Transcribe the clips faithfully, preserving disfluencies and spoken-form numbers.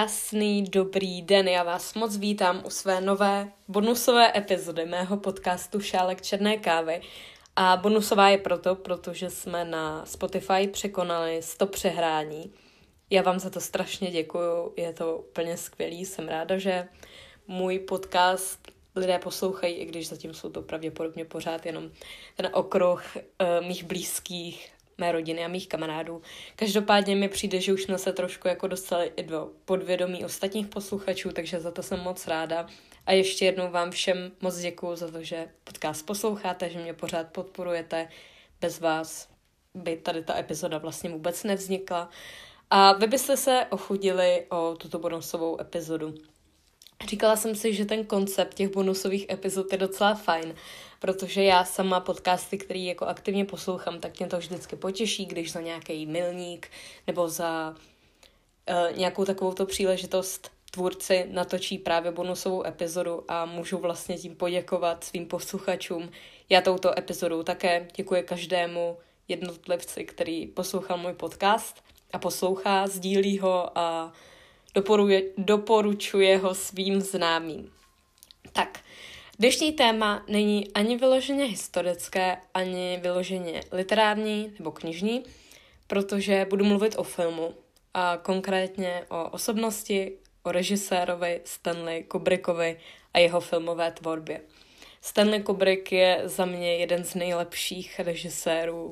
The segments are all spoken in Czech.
Krásný, dobrý den, já vás moc vítám u své nové bonusové epizody mého podcastu Šálek černé kávy. A bonusová je proto, protože jsme na Spotify překonali sto přehrání. Já vám za to strašně děkuju, je to úplně skvělý, jsem ráda, že můj podcast lidé poslouchají, i když zatím jsou to pravděpodobně pořád jenom ten okruh uh, mých blízkých, mé rodiny a mých kamarádů. Každopádně mi přijde, že už jsme se trošku jako dostali i do podvědomí ostatních posluchačů, takže za to jsem moc ráda. A ještě jednou vám všem moc děkuju za to, že podcast posloucháte, že mě pořád podporujete. Bez vás by tady ta epizoda vlastně vůbec nevznikla. A vy byste se ochudili o tuto bonusovou epizodu. Říkala jsem si, že ten koncept těch bonusových epizod je docela fajn, protože já sama podcasty, který jako aktivně poslouchám, tak mě to vždycky potěší, když za nějaký milník nebo za uh, nějakou takovouto příležitost tvůrci natočí právě bonusovou epizodu a můžu vlastně tím poděkovat svým posluchačům. Já touto epizodou také děkuji každému jednotlivci, který poslouchal můj podcast a poslouchá, sdílí ho a Doporuje, doporučuje ho svým známým. Tak, dnešní téma není ani vyloženě historické, ani vyloženě literární nebo knižní, protože budu mluvit o filmu a konkrétně o osobnosti, o režisérovi Stanley Kubrickovi a jeho filmové tvorbě. Stanley Kubrick je za mě jeden z nejlepších režisérů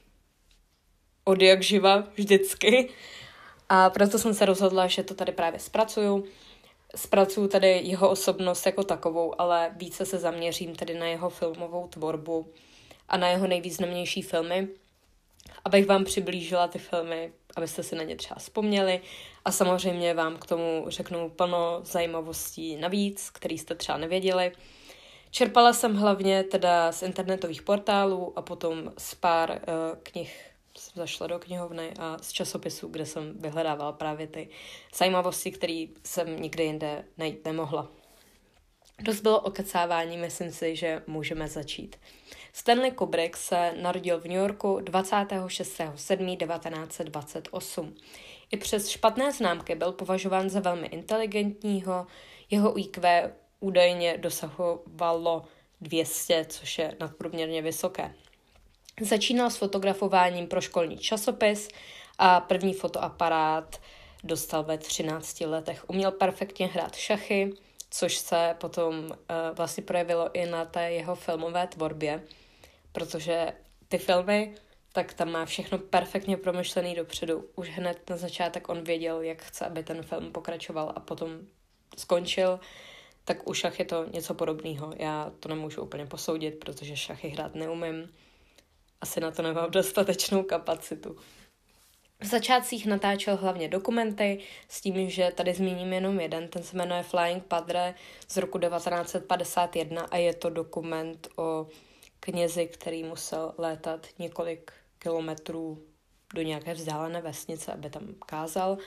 od jak živa vždycky. A proto jsem se rozhodla, že to tady právě zpracuju. Zpracuju tady jeho osobnost jako takovou, ale více se zaměřím tady na jeho filmovou tvorbu a na jeho nejvýznamnější filmy, abych vám přiblížila ty filmy, abyste si na ně třeba vzpomněli a samozřejmě vám k tomu řeknu plno zajímavostí navíc, který jste třeba nevěděli. Čerpala jsem hlavně teda z internetových portálů a potom z pár uh, knih zašla do knihovny a z časopisů, kde jsem vyhledávala právě ty zajímavosti, které jsem nikdy jinde najít nemohla. Dost bylo o kecávání, myslím si, že můžeme začít. Stanley Kubrick se narodil v New Yorku dvacátého šestého sedmého devatenáct set dvacet osm. I přes špatné známky byl považován za velmi inteligentního, jeho í kvé údajně dosahovalo dvě stě, což je nadprůměrně vysoké. Začínal s fotografováním pro školní časopis a první fotoaparát dostal ve třinácti letech. Uměl perfektně hrát šachy, což se potom uh, vlastně projevilo i na té jeho filmové tvorbě, protože ty filmy, tak tam má všechno perfektně promyšlený dopředu. Už hned na začátek on věděl, jak chce, aby ten film pokračoval a potom skončil. Tak u šach je to něco podobného. Já to nemůžu úplně posoudit, protože šachy hrát neumím. Asi na to nemám dostatečnou kapacitu. V začátcích natáčel hlavně dokumenty, s tím, že tady zmíním jenom jeden, ten se jmenuje Flying Padre z roku devatenáct set padesát jedna a je to dokument o knězi, který musel létat několik kilometrů do nějaké vzdálené vesnice, aby tam kázal.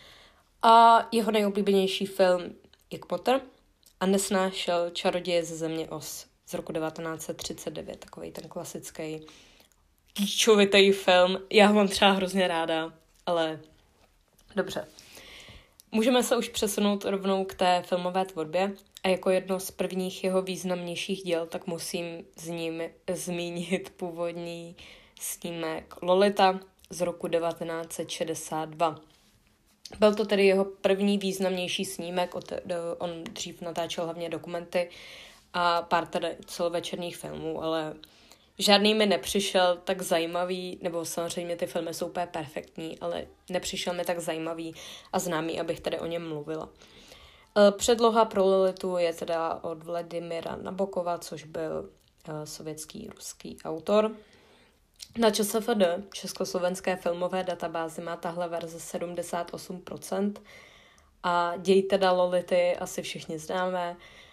A jeho nejoblíbenější film je Kmotr a nesnášel Čaroděje ze země Oz z roku devatenáct set třicet devět, takový ten klasický kýčovitý film. Já ho mám třeba hrozně ráda, ale dobře. Můžeme se už přesunout rovnou k té filmové tvorbě a jako jedno z prvních jeho významnějších děl, tak musím s ním zmínit původní snímek Lolita z roku devatenáct set šedesát dva. Byl to tedy jeho první významnější snímek, on dřív natáčel hlavně dokumenty a pár tady celovečerních filmů, ale žádný mi nepřišel tak zajímavý, nebo samozřejmě ty filmy jsou úplně perfektní, ale nepřišel mi tak zajímavý a známý, abych tady o něm mluvila. Předloha pro Lolitu je teda od Vladimira Nabokova, což byl sovětský ruský autor. Na ČSFD, Československé filmové databázi, má tahle verze sedmdesát osm procent a děj teda Lolity asi všichni známe.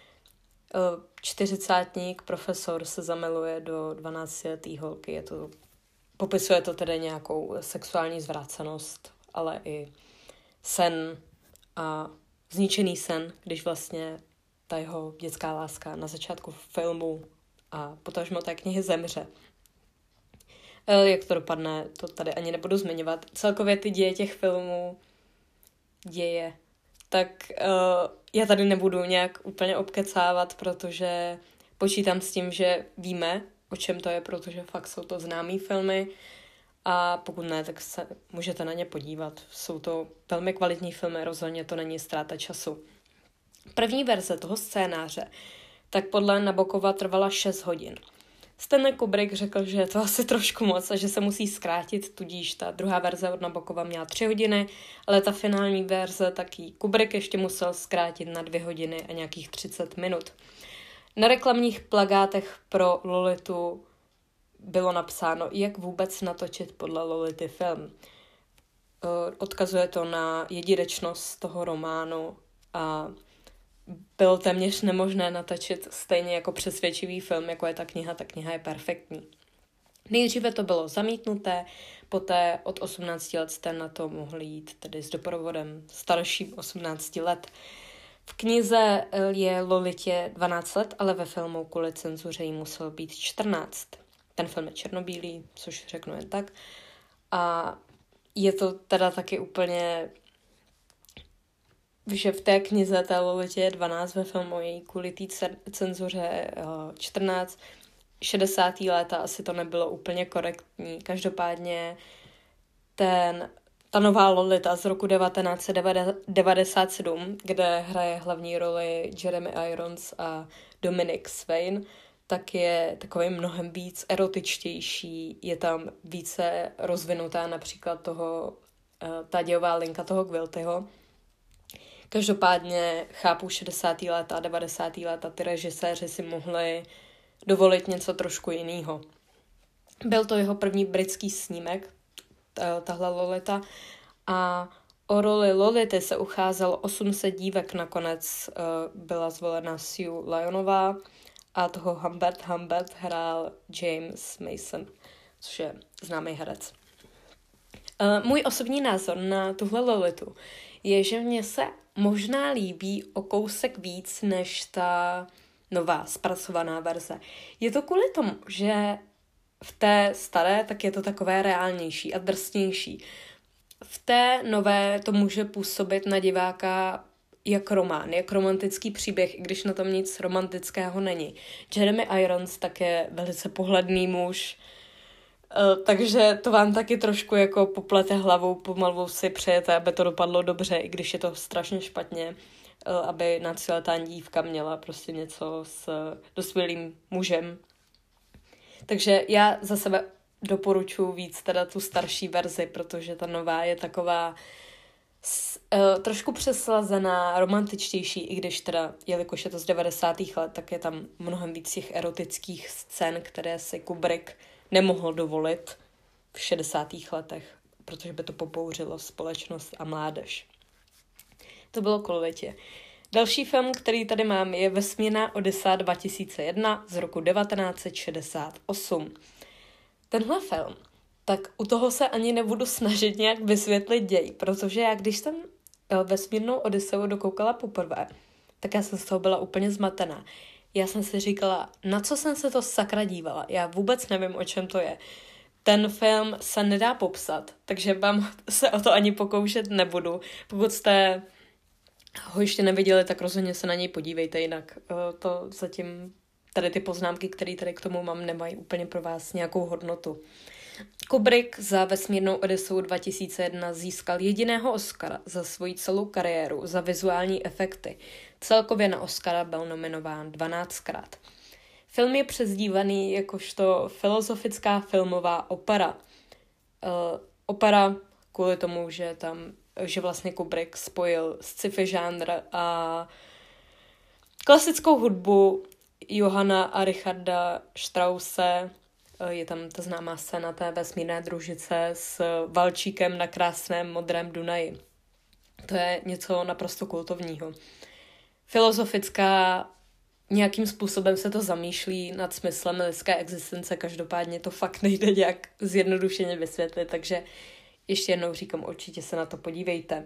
Čtyřicátník, profesor, se zamiluje do dvanáctileté holky. Je to, popisuje to tedy nějakou sexuální zvrácenost, ale i sen a zničený sen, když vlastně ta jeho dětská láska na začátku filmu a potažmo té knihy zemře. Jak to dopadne, to tady ani nebudu zmiňovat. Celkově ty děje těch filmů, děje tak uh, já tady nebudu nějak úplně obkecávat, protože počítám s tím, že víme, o čem to je, protože fakt jsou to známý filmy a pokud ne, tak se můžete na ně podívat. Jsou to velmi kvalitní filmy, rozhodně to není ztráta času. První verze toho scénáře tak podle Nabokova trvala šest hodin. Stanley Kubrick řekl, že je to asi trošku moc a že se musí zkrátit, tudíž ta druhá verze od Nabokova měla tři hodiny, ale ta finální verze taky Kubrick ještě musel zkrátit na dvě hodiny a nějakých třicet minut. Na reklamních plakátech pro Lolitu bylo napsáno, jak vůbec natočit podle Lolity film. Odkazuje to na jedinečnost toho románu a bylo téměř nemožné natočit stejně jako přesvědčivý film, jako je ta kniha. Ta kniha je perfektní. Nejdříve to bylo zamítnuté, poté od osmnácti let jste na to mohli jít tedy s doprovodem starším osmnácti let. V knize je Lolitě dvanáct let, ale ve filmu kvůli cenzuře jí muselo být čtrnáct. Ten film je černobílý, což řeknu jen tak. A je to teda taky úplně, že v té knize té Lolitě je dvanáct, ve filmu je kvůli té cenzuře čtrnáct. šedesátá léta asi to nebylo úplně korektní. Každopádně ten, ta nová Lolita z roku devatenáct set devadesát sedm, kde hraje hlavní roli Jeremy Irons a Dominic Swain, tak je takový mnohem víc erotičtější, je tam více rozvinutá například toho, ta dějová linka toho Quiltyho. Každopádně chápu šedesátá léta a devadesátá léta, ty režiséři si mohli dovolit něco trošku jiného. Byl to jeho první britský snímek, tahle Lolita, a o roli Lolity se ucházelo osm set dívek, nakonec byla zvolena Sue Lyonová a toho Humbert Humbert hrál James Mason, což je známý herec. Můj osobní názor na tuhle Lolitu je, že mně se možná líbí o kousek víc než ta nová zpracovaná verze. Je to kvůli tomu, že v té staré tak je to takové reálnější a drsnější. V té nové to může působit na diváka jak román, jak romantický příběh, i když na tom nic romantického není. Jeremy Irons tak je velice pohledný muž, takže to vám taky trošku jako poplete hlavou, pomalu si přejete, aby to dopadlo dobře, i když je to strašně špatně, aby náctiletá dívka měla prostě něco s dospělým mužem. Takže já za sebe doporučuji víc teda tu starší verzi, protože ta nová je taková s, uh, trošku přeslazená, romantičtější, i když teda, jelikož je to z devadesátých let, tak je tam mnohem víc těch erotických scén, které si Kubrick nemohl dovolit v šedesátých letech, protože by to popouřilo společnost a mládež. To bylo k Lolitě. Další film, který tady mám, je Vesmírná Odyssea dva tisíce jedna z roku devatenáct set šedesát osm. Tenhle film, tak u toho se ani nebudu snažit nějak vysvětlit děj, protože já, když jsem Vesmírnou Odysseu dokoukala poprvé, tak já jsem z toho byla úplně zmatená. Já jsem si říkala, na co jsem se to sakra dívala, já vůbec nevím, o čem to je. Ten film se nedá popsat, takže vám se o to ani pokoušet nebudu. Pokud jste ho ještě neviděli, tak rozhodně se na něj podívejte, jinak to zatím tady ty poznámky, které tady k tomu mám, nemají úplně pro vás nějakou hodnotu. Kubrick za Vesmírnou Odysseu dva tisíce jedna získal jediného Oscara za svoji celou kariéru za vizuální efekty. Celkově na Oscara byl nominován dvanáctkrát. Film je přezdívaný jakožto filozofická filmová opera. Uh, opera kvůli tomu, že tam, že vlastně Kubrick spojil sci-fi žánr a klasickou hudbu Johanna a Richarda Strause. Je tam ta známá scéna té vesmírné družice s valčíkem na krásném modrém Dunaji. To je něco naprosto kultovního. Filozofická, nějakým způsobem se to zamýšlí nad smyslem lidské existence, každopádně to fakt nejde nějak zjednodušeně vysvětlit, takže ještě jednou říkám, určitě se na to podívejte.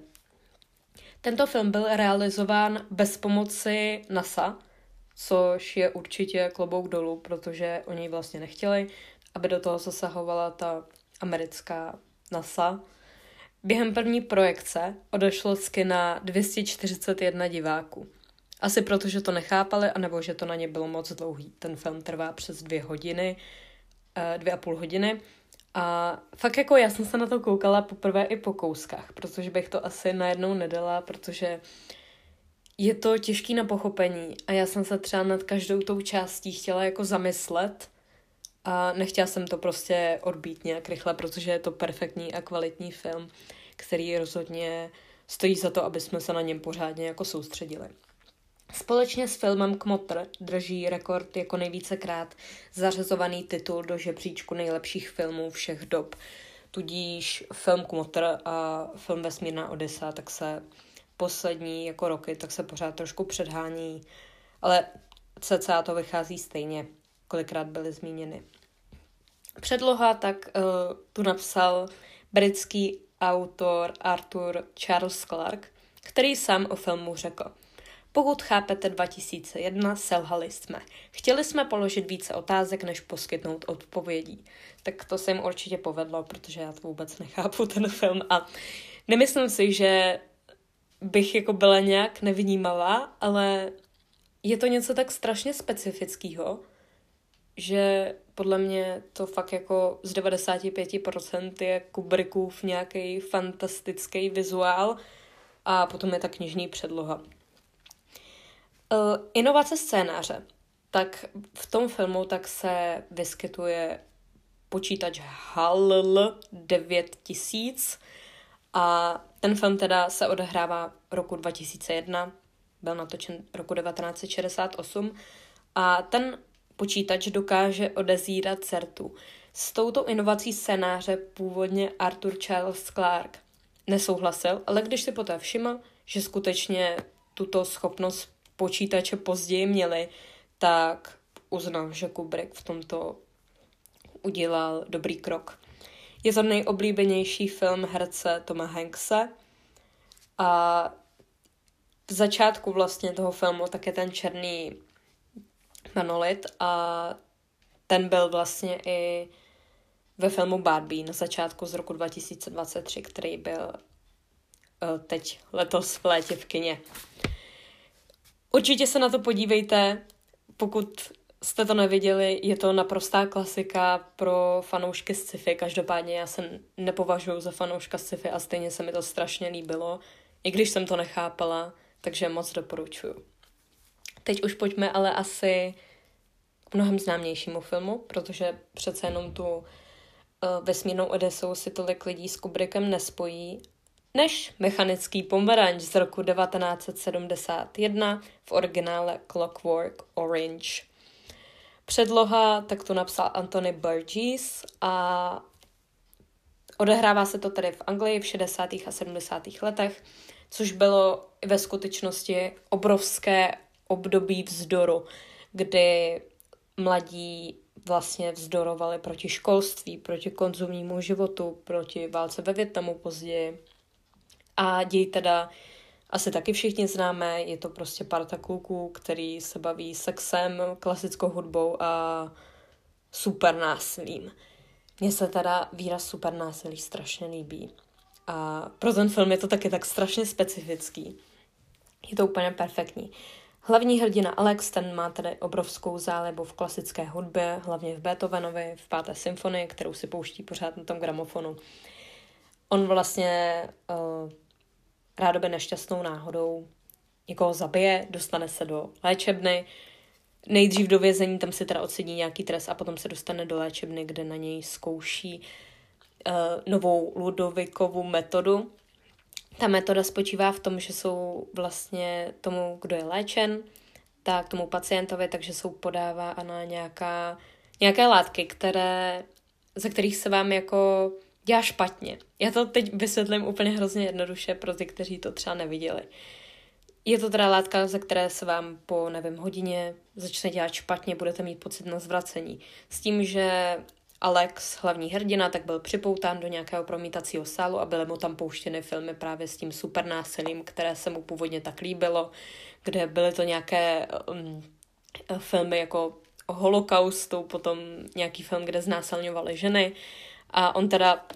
Tento film byl realizován bez pomoci NASA, což je určitě klobouk dolů, protože oni vlastně nechtěli, aby do toho zasahovala ta americká NASA. Během první projekce odešlo z kina dvě stě čtyřicet jedna diváků. Asi proto, že to nechápali, anebo že to na ně bylo moc dlouhý. Ten film trvá přes dvě hodiny, dvě a půl hodiny. A fakt jako já jsem se na to koukala poprvé i po kouskách, protože bych to asi najednou nedala, protože je to těžký na pochopení a já jsem se třeba nad každou tou částí chtěla jako zamyslet a nechtěla jsem to prostě odbít nějak rychle, protože je to perfektní a kvalitní film, který rozhodně stojí za to, aby jsme se na něm pořádně jako soustředili. Společně s filmem Kmotr drží rekord jako nejvícekrát zařazovaný titul do žebříčku nejlepších filmů všech dob. Tudíž film Kmotr a film Vesmírná Odyssea tak se poslední jako roky tak se pořád trošku předhání, ale cca to vychází stejně, kolikrát byly zmíněny. Předloha tak uh, tu napsal britský autor Arthur Charles Clarke, který sám o filmu řekl: Pokud chápete dva tisíce jedna, selhali jsme. Chtěli jsme položit více otázek, než poskytnout odpovědí. Tak to se jim určitě povedlo, protože já to vůbec nechápu, ten film. A nemyslím si, že bych jako byla nějak nevnímala, ale je to něco tak strašně specifického, že podle mě to fakt jako z devadesát pět procent je Kubrickův nějaký fantastický vizuál a potom je ta knižní předloha. Uh, inovace scénáře. Tak v tom filmu tak se vyskytuje počítač H A L L devět tisíc a ten film teda se odehrává roku dva tisíce jedna, byl natočen roku devatenáct set šedesát osm a ten počítač dokáže odezírat CERTu. S touto inovací scénáře původně Arthur Charles Clarke nesouhlasil, ale když si poté všiml, že skutečně tuto schopnost počítače později měli, tak uznal, že Kubrick v tomto udělal dobrý krok. Je to nejoblíbenější film herce Toma Hankse a v začátku vlastně toho filmu tak je ten černý monolit a ten byl vlastně i ve filmu Barbie na začátku z roku dva tisíce dvacet tři, který byl teď letos v létě v kině. Určitě se na to podívejte, pokud jste to neviděli, je to naprostá klasika pro fanoušky sci-fi, každopádně já se nepovažuji za fanouška sci-fi a stejně se mi to strašně líbilo, i když jsem to nechápala, takže moc doporučuju. Teď už pojďme ale asi k mnohem známějšímu filmu, protože přece jenom tu uh, Vesmírnou Odysseu si tolik lidí s Kubrickem nespojí, než Mechanický pomeranč z roku devatenáct set sedmdesát jedna v originále Clockwork Orange. Předloha tak tu napsal Anthony Burgess a odehrává se to tady v Anglii v šedesátých a sedmdesátých letech, což bylo ve skutečnosti obrovské období vzdoru, kdy mladí vlastně vzdorovali proti školství, proti konzumnímu životu, proti válce ve Vietnamu později. A děj teda asi taky všichni známe, je to prostě parta kluků, který se baví sexem, klasickou hudbou a super násilím. Mně se teda výraz super násilí strašně líbí. A pro ten film je to taky tak strašně specifický. Je to úplně perfektní. Hlavní hrdina Alex, ten má tedy obrovskou zálibu v klasické hudbě, hlavně v Beethovenovi, v páté symfonii, kterou si pouští pořád na tom gramofonu. On vlastně uh, rádoby nešťastnou náhodou někoho zabije, dostane se do léčebny, nejdřív do vězení, tam si teda odsedí nějaký trest a potom se dostane do léčebny, kde na něj zkouší uh, novou Ludovikovu metodu. Ta metoda spočívá v tom, že jsou vlastně tomu, kdo je léčen, tak tomu pacientovi, takže jsou podávána nějaká, nějaké látky, které, ze kterých se vám jako dělá špatně. Já to teď vysvětlím úplně hrozně jednoduše pro ty, kteří to třeba neviděli. Je to teda látka, ze které se vám po, nevím, hodině začne dělat špatně, budete mít pocit na zvracení. S tím, že Alex, hlavní hrdina, tak byl připoután do nějakého promítacího sálu a byly mu tam pouštěny filmy právě s tím super násilím, které se mu původně tak líbilo, kde byly to nějaké um, filmy jako o holokaustu, potom nějaký film, kde znásilňovali ženy a on teda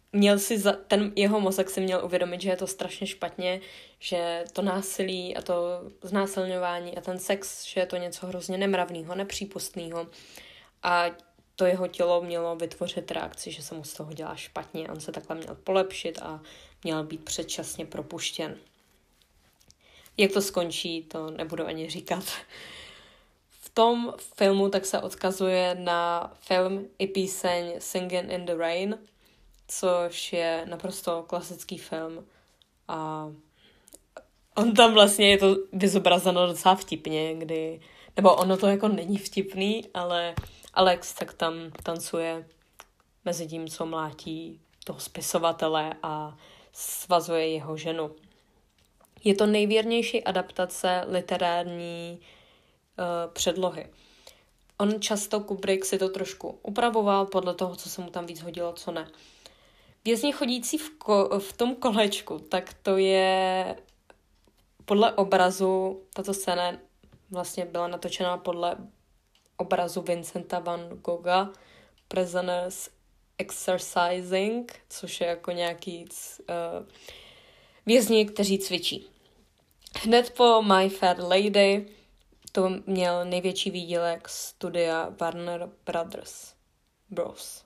měl si za, ten jeho mozek si měl uvědomit, že je to strašně špatně, že to násilí a to znásilňování a ten sex, že je to něco hrozně nemravného, nepřípustného. A to jeho tělo mělo vytvořit reakci, že se mu z toho dělá špatně. On se takhle měl polepšit a měl být předčasně propuštěn. Jak to skončí, to nebudu ani říkat. V tom filmu tak se odkazuje na film i píseň Singin' in the Rain, což je naprosto klasický film a on tam vlastně je to vyzobrazeno docela vtipně, kdy, nebo ono to jako není vtipný, ale Alex tak tam tancuje mezi tím, co mlátí toho spisovatele a svazuje jeho ženu. Je to nejvěrnější adaptace literární uh, předlohy. On často, Kubrick, si to trošku upravoval podle toho, co se mu tam víc hodilo, co ne. Vězni chodící v, ko- v tom kolečku, tak to je podle obrazu, tato scéna vlastně byla natočena podle obrazu Vincenta van Gogha Prisoners Exercising, což je jako nějaký uh, vězni, kteří cvičí. Hned po My Fair Lady to měl největší výdělek studia Warner Brothers. Bros.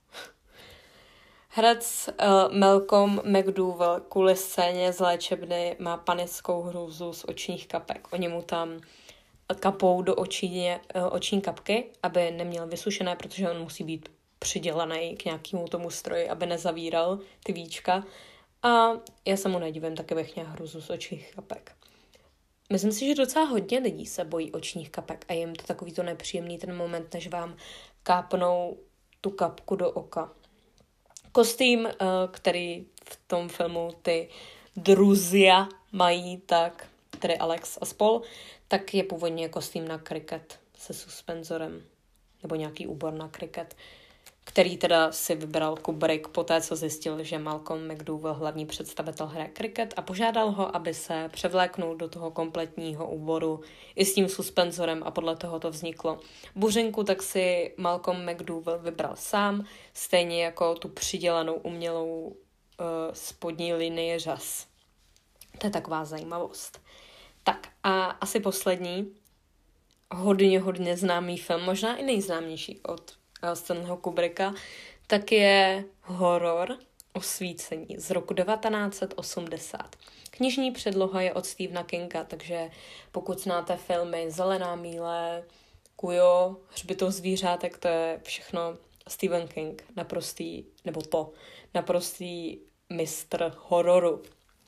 Herec uh, Malcolm McDowell kvůli scéně z léčebny má panickou hrůzu z očních kapek. Oni mu tam kapou do očí, uh, oční kapky, aby neměl vysušené, protože on musí být přidělaný k nějakému tomu stroji, aby nezavíral ty víčka. A já se mu nedivím, taky bych měla hrůzu z očních kapek. Myslím si, že docela hodně lidí se bojí očních kapek a jim to takový to nepříjemný ten moment, než vám kápnou tu kapku do oka. Kostým, který v tom filmu ty druzia mají, tak, tedy Alex a spol, tak je původně kostým na kriket se suspenzorem, nebo nějaký úbor na kriket, který teda si vybral Kubrick poté, co zjistil, že Malcolm McDowell, hlavní představitel, hraje kriket a požádal ho, aby se převléknul do toho kompletního úboru i s tím suspenzorem a podle toho to vzniklo. Buřinku tak si Malcolm McDowell vybral sám, stejně jako tu přidělanou umělou uh, spodní linii řas. To je taková zajímavost. Tak a asi poslední, hodně, hodně známý film, možná i nejznámější od Stanleyho Kubricka, tak je Horor Osvícení z roku devatenáct set osmdesát. Knižní předloha je od Stephena Kinga, takže pokud znáte filmy Zelená míle, Kujo, Hřbitov zvířátek, to je všechno Stephen King, naprostý, nebo to, naprostý mistr hororu.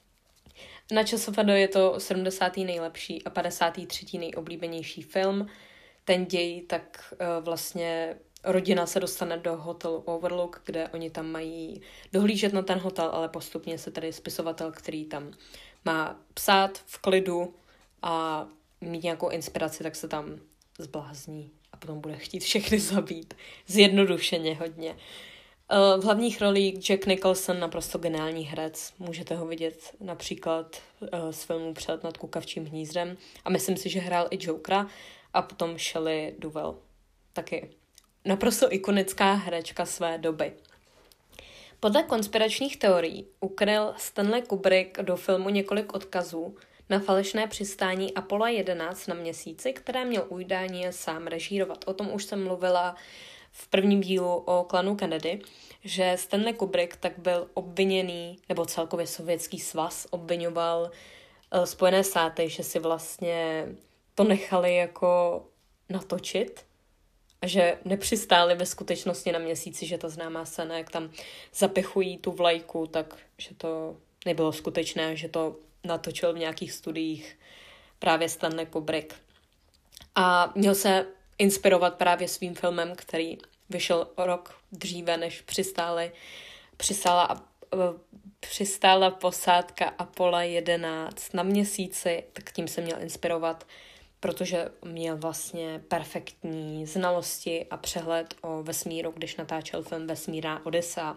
Na ČSFD je to sedmdesátý nejlepší a padesátý třetí nejoblíbenější film. Ten děj, tak uh, vlastně rodina se dostane do hotelu Overlook, kde oni tam mají dohlížet na ten hotel, ale postupně se tady spisovatel, který tam má psát v klidu a mít nějakou inspiraci, tak se tam zblázní a potom bude chtít všechny zabít. Zjednodušeně hodně. V hlavních rolích Jack Nicholson, naprosto geniální herec. Můžete ho vidět například z filmu Přelet nad kukavčím hnízdem. A myslím si, že hrál i Jokera. A potom Shelley Duvall. Taky naprosto ikonická herečka své doby. Podle konspiračních teorií ukryl Stanley Kubrick do filmu několik odkazů na falešné přistání Apollo jedenáct na Měsíci, které měl údajně sám režírovat. O tom už jsem mluvila v prvním dílu o klanu Kennedy, že Stanley Kubrick tak byl obviněný, nebo celkově Sovětský svaz obviňoval uh, Spojené státy, že si vlastně to nechali jako natočit a že nepřistáli ve skutečnosti na Měsíci, že ta známá scéna, jak tam zapichují tu vlajku, tak že to nebylo skutečné, že to natočil v nějakých studiích právě Stanley Kubrick. A měl se inspirovat právě svým filmem, který vyšel rok dříve, než přistáli, přistála, přistála posádka Apollo jedenáct na Měsíci, tak tím se měl inspirovat, protože měl vlastně perfektní znalosti a přehled o vesmíru, když natáčel film Vesmírná Odyssea.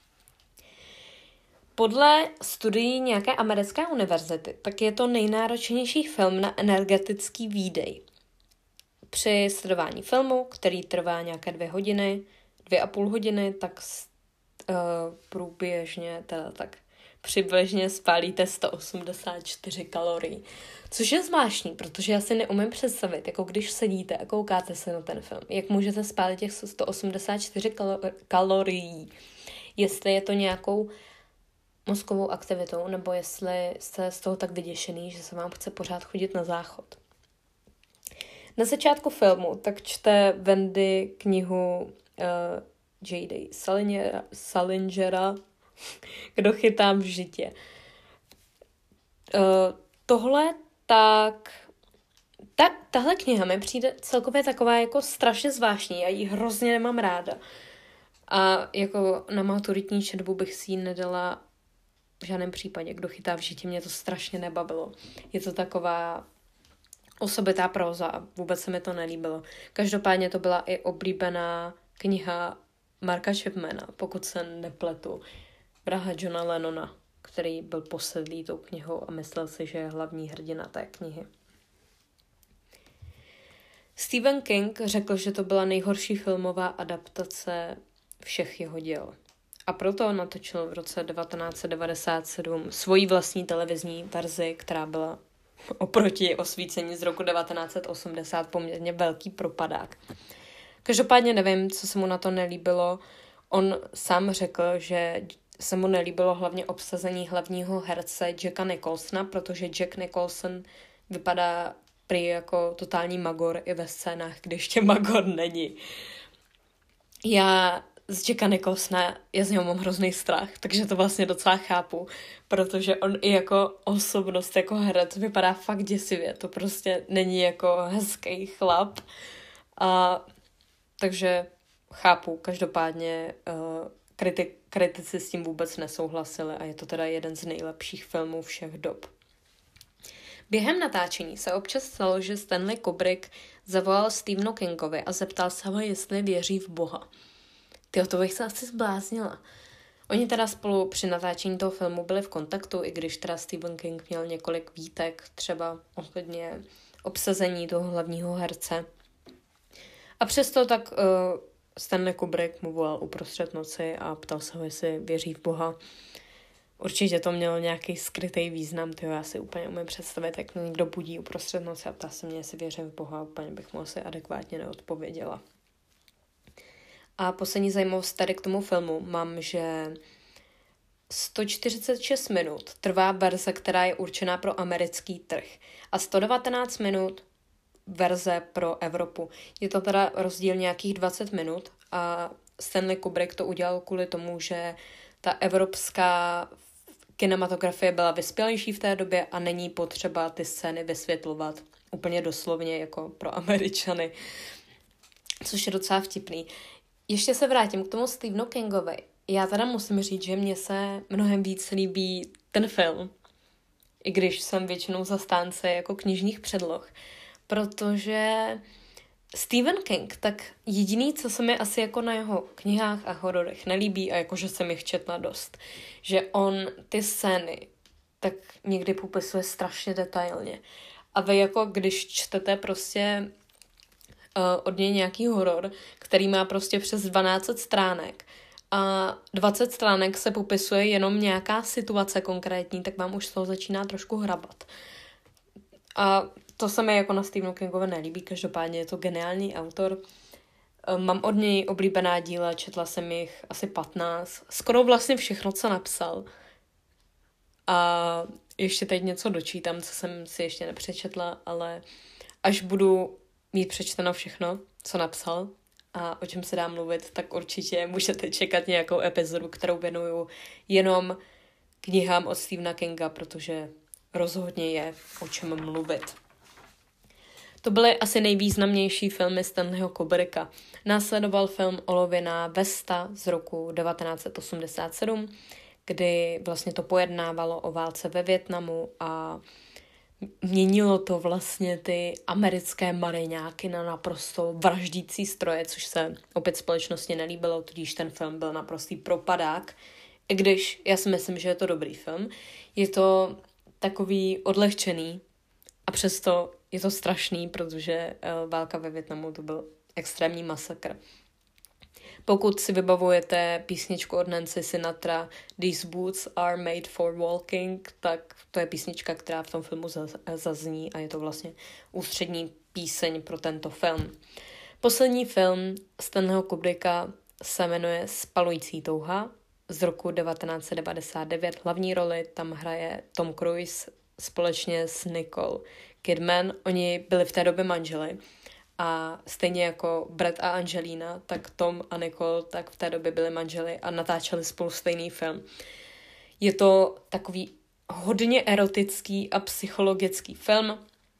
Podle studií nějaké americké univerzity, tak je to nejnáročnější film na energetický výdej. Při sledování filmu, který trvá nějaké dvě hodiny, dvě a půl hodiny, tak uh, průběžně, teda tak přibližně spálíte sto osmdesát čtyři kalorií. Což je zvláštní, protože já si neumím představit, jako když sedíte a koukáte se na ten film, jak můžete spálit těch sto osmdesát čtyři kalo- kalorií. Jestli je to nějakou mozkovou aktivitou, nebo jestli jste z toho tak vyděšený, že se vám chce pořád chodit na záchod. Na začátku filmu tak čte Wendy knihu uh, J D Salingera, Salingera Kdo chytám v žitě. Uh, tohle tak... Ta, tahle kniha mi přijde celkově taková jako strašně zvláštní. Já ji hrozně nemám ráda. A jako na maturitní četbu bych si ji nedala v žádném případě. Kdo chytá v žitě, mě to strašně nebavilo. Je to taková osobitá próza a vůbec se mi to nelíbilo. Každopádně to byla i oblíbená kniha Marka Chapmana, pokud se nepletu. Vraha Johna Lennona, který byl posedlý tou knihou a myslel si, že je hlavní hrdina té knihy. Stephen King řekl, že to byla nejhorší filmová adaptace všech jeho děl. A proto natočil v roce devatenáct set devadesát sedm svoji vlastní televizní verzi, která byla oproti Osvícení z roku devatenáct set osmdesát poměrně velký propadák. Každopádně nevím, co se mu na to nelíbilo. On sám řekl, že se mu nelíbilo hlavně obsazení hlavního herce Jacka Nicholsona, protože Jack Nicholson vypadá prý jako totální magor i ve scénách, kde ještě magor není. Já z Jacka Nicholsona, já z něho mám hrozný strach, takže to vlastně docela chápu, protože on i jako osobnost, jako herec vypadá fakt děsivě, to prostě není jako hezký chlap. A takže chápu, každopádně uh, kritik, kritici s tím vůbec nesouhlasili a je to teda jeden z nejlepších filmů všech dob. Během natáčení se občas stalo, že Stanley Kubrick zavolal Stephenu Kingovi a zeptal se ho, jestli věří v Boha. Tyjo, to bych se asi zbláznila. Oni teda spolu při natáčení toho filmu byli v kontaktu, i když teda Stephen King měl několik výtek, třeba ohledně obsazení toho hlavního herce. A přesto tak uh, Stanley Kubrick mu volal uprostřed noci a ptal se ho, jestli věří v Boha. Určitě to mělo nějaký skrytý význam, tyjo, já si úplně umím představit, jak mě někdo budí uprostřed noci a ptá se mě, jestli věřím v Boha, úplně bych mu asi adekvátně neodpověděla. A poslední zajímavost tady k tomu filmu mám, že sto čtyřicet šest minut trvá verze, která je určená pro americký trh a sto devatenáct minut verze pro Evropu. Je to teda rozdíl nějakých dvacet minut a Stanley Kubrick to udělal kvůli tomu, že ta evropská kinematografie byla vyspělejší v té době a není potřeba ty scény vysvětlovat úplně doslovně jako pro Američany, což je docela vtipný. Ještě se vrátím k tomu Stephenu Kingovi. Já teda musím říct, že mně se mnohem víc líbí ten film, i když jsem většinou zastánce jako knižních předloh, protože Stephen King, tak jediný, co se mi asi jako na jeho knihách a hororech nelíbí a jakože jsem jich četla dost, že on ty scény tak někdy popisuje strašně detailně. A vy jako když čtete prostě uh, od něj nějaký horor, který má prostě přes dvanáct stránek a dvacet stránek se popisuje jenom nějaká situace konkrétní, tak vám už z toho začíná trošku hrabat. A to se mi jako na Stephenu Kingovi nelíbí, každopádně je to geniální autor. Mám od něj oblíbená díla, četla jsem jich asi patnáct. Skoro vlastně všechno, co napsal. A ještě teď něco dočítám, co jsem si ještě nepřečetla, ale až budu mít přečteno všechno, co napsal a o čem se dá mluvit, tak určitě můžete čekat nějakou epizodu, kterou věnuju jenom knihám od Stephena Kinga, protože rozhodně je o čem mluvit. To byly asi nejvýznamnější filmy Stanleyho Kubricka. Následoval film Olověná vesta z roku devatenáct set osmdesát sedm, kdy vlastně to pojednávalo o válce ve Vietnamu a měnilo to vlastně ty americké mariňáky na naprosto vraždící stroje, což se opět společnosti nelíbilo, tudíž ten film byl naprostý propadák. I když já si myslím, že je to dobrý film. Je to takový odlehčený a přesto je to strašný, protože uh, válka ve Vietnamu to byl extrémní masakr. Pokud si vybavujete písničku od Nancy Sinatra These boots are made for walking, tak to je písnička, která v tom filmu zazní a je to vlastně ústřední píseň pro tento film. Poslední film Stanleyho Kubricka se jmenuje Spalující touha z roku devatenáct set devadesát devět. Hlavní roli tam hraje Tom Cruise společně s Nicole Kidman. Oni byli v té době manželi. A stejně jako Brad a Angelina, tak Tom a Nicole tak v té době byli manželi a natáčeli spolu stejný film. Je to takový hodně erotický a psychologický film,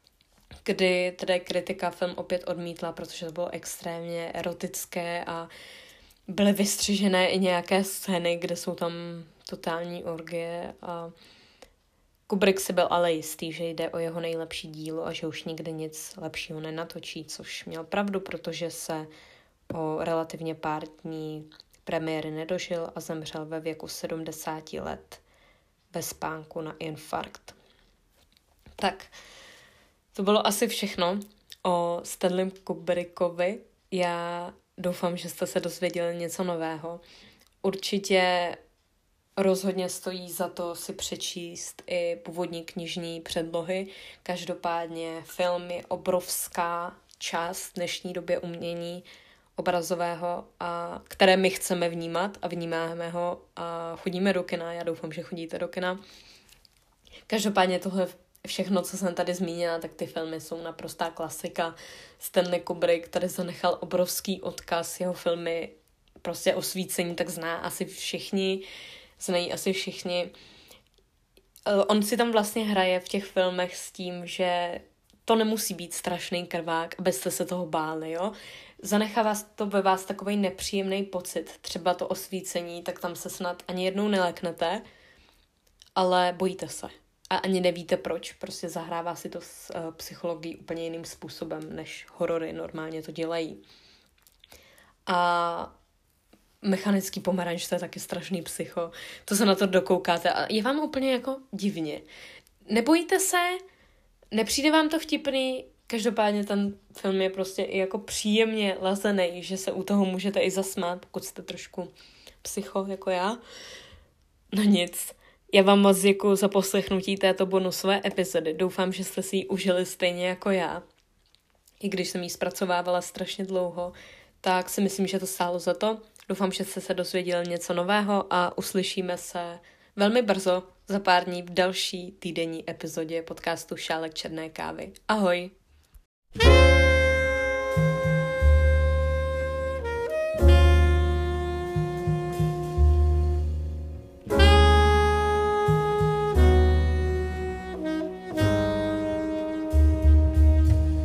kdy tedy kritika film opět odmítla, protože to bylo extrémně erotické a byly vystřižené i nějaké scény, kde jsou tam totální orgie a Kubrick si byl ale jistý, že jde o jeho nejlepší dílo a že už nikdy nic lepšího nenatočí, což měl pravdu, protože se o relativně pár dní premiéry nedožil a zemřel ve věku sedmdesáti let ve spánku na infarkt. Tak, to bylo asi všechno o Stanleym Kubrickovi. Já doufám, že jste se dozvěděli něco nového. Určitě rozhodně stojí za to si přečíst i původní knižní předlohy. Každopádně film je obrovská část v dnešní době umění obrazového, a které my chceme vnímat a vnímáme ho a chodíme do kina. Já doufám, že chodíte do kina. Každopádně tohle všechno, co jsem tady zmínila, tak ty filmy jsou naprostá klasika. Stanley Kubrick tady zanechal obrovský odkaz, jeho filmy prostě osvícení tak zná asi všichni, znají asi všichni. On si tam vlastně hraje v těch filmech s tím, že to nemusí být strašný krvák, abyste se toho báli, jo. Zanechá vás to ve vás takovej nepříjemný pocit, třeba to osvícení, tak tam se snad ani jednou neleknete, ale bojíte se. A ani nevíte proč, prostě zahrává si to s uh, psychologií úplně jiným způsobem, než horory normálně to dělají. A Mechanický pomeranč, to je taky strašný psycho. To se na to dokoukáte a je vám úplně jako divně. Nebojíte se, nepřijde vám to vtipný, každopádně ten film je prostě i jako příjemně lazený, že se u toho můžete i zasmát, pokud jste trošku psycho jako já. No nic. Já vám moc děkuju za poslechnutí této bonusové epizody. Doufám, že jste si ji užili stejně jako já. I když jsem ji zpracovávala strašně dlouho, tak si myslím, že to stálo za to. Doufám, že jste se dozvěděli něco nového a uslyšíme se velmi brzo za pár dní v další týdenní epizodě podcastu Šálek černé kávy. Ahoj!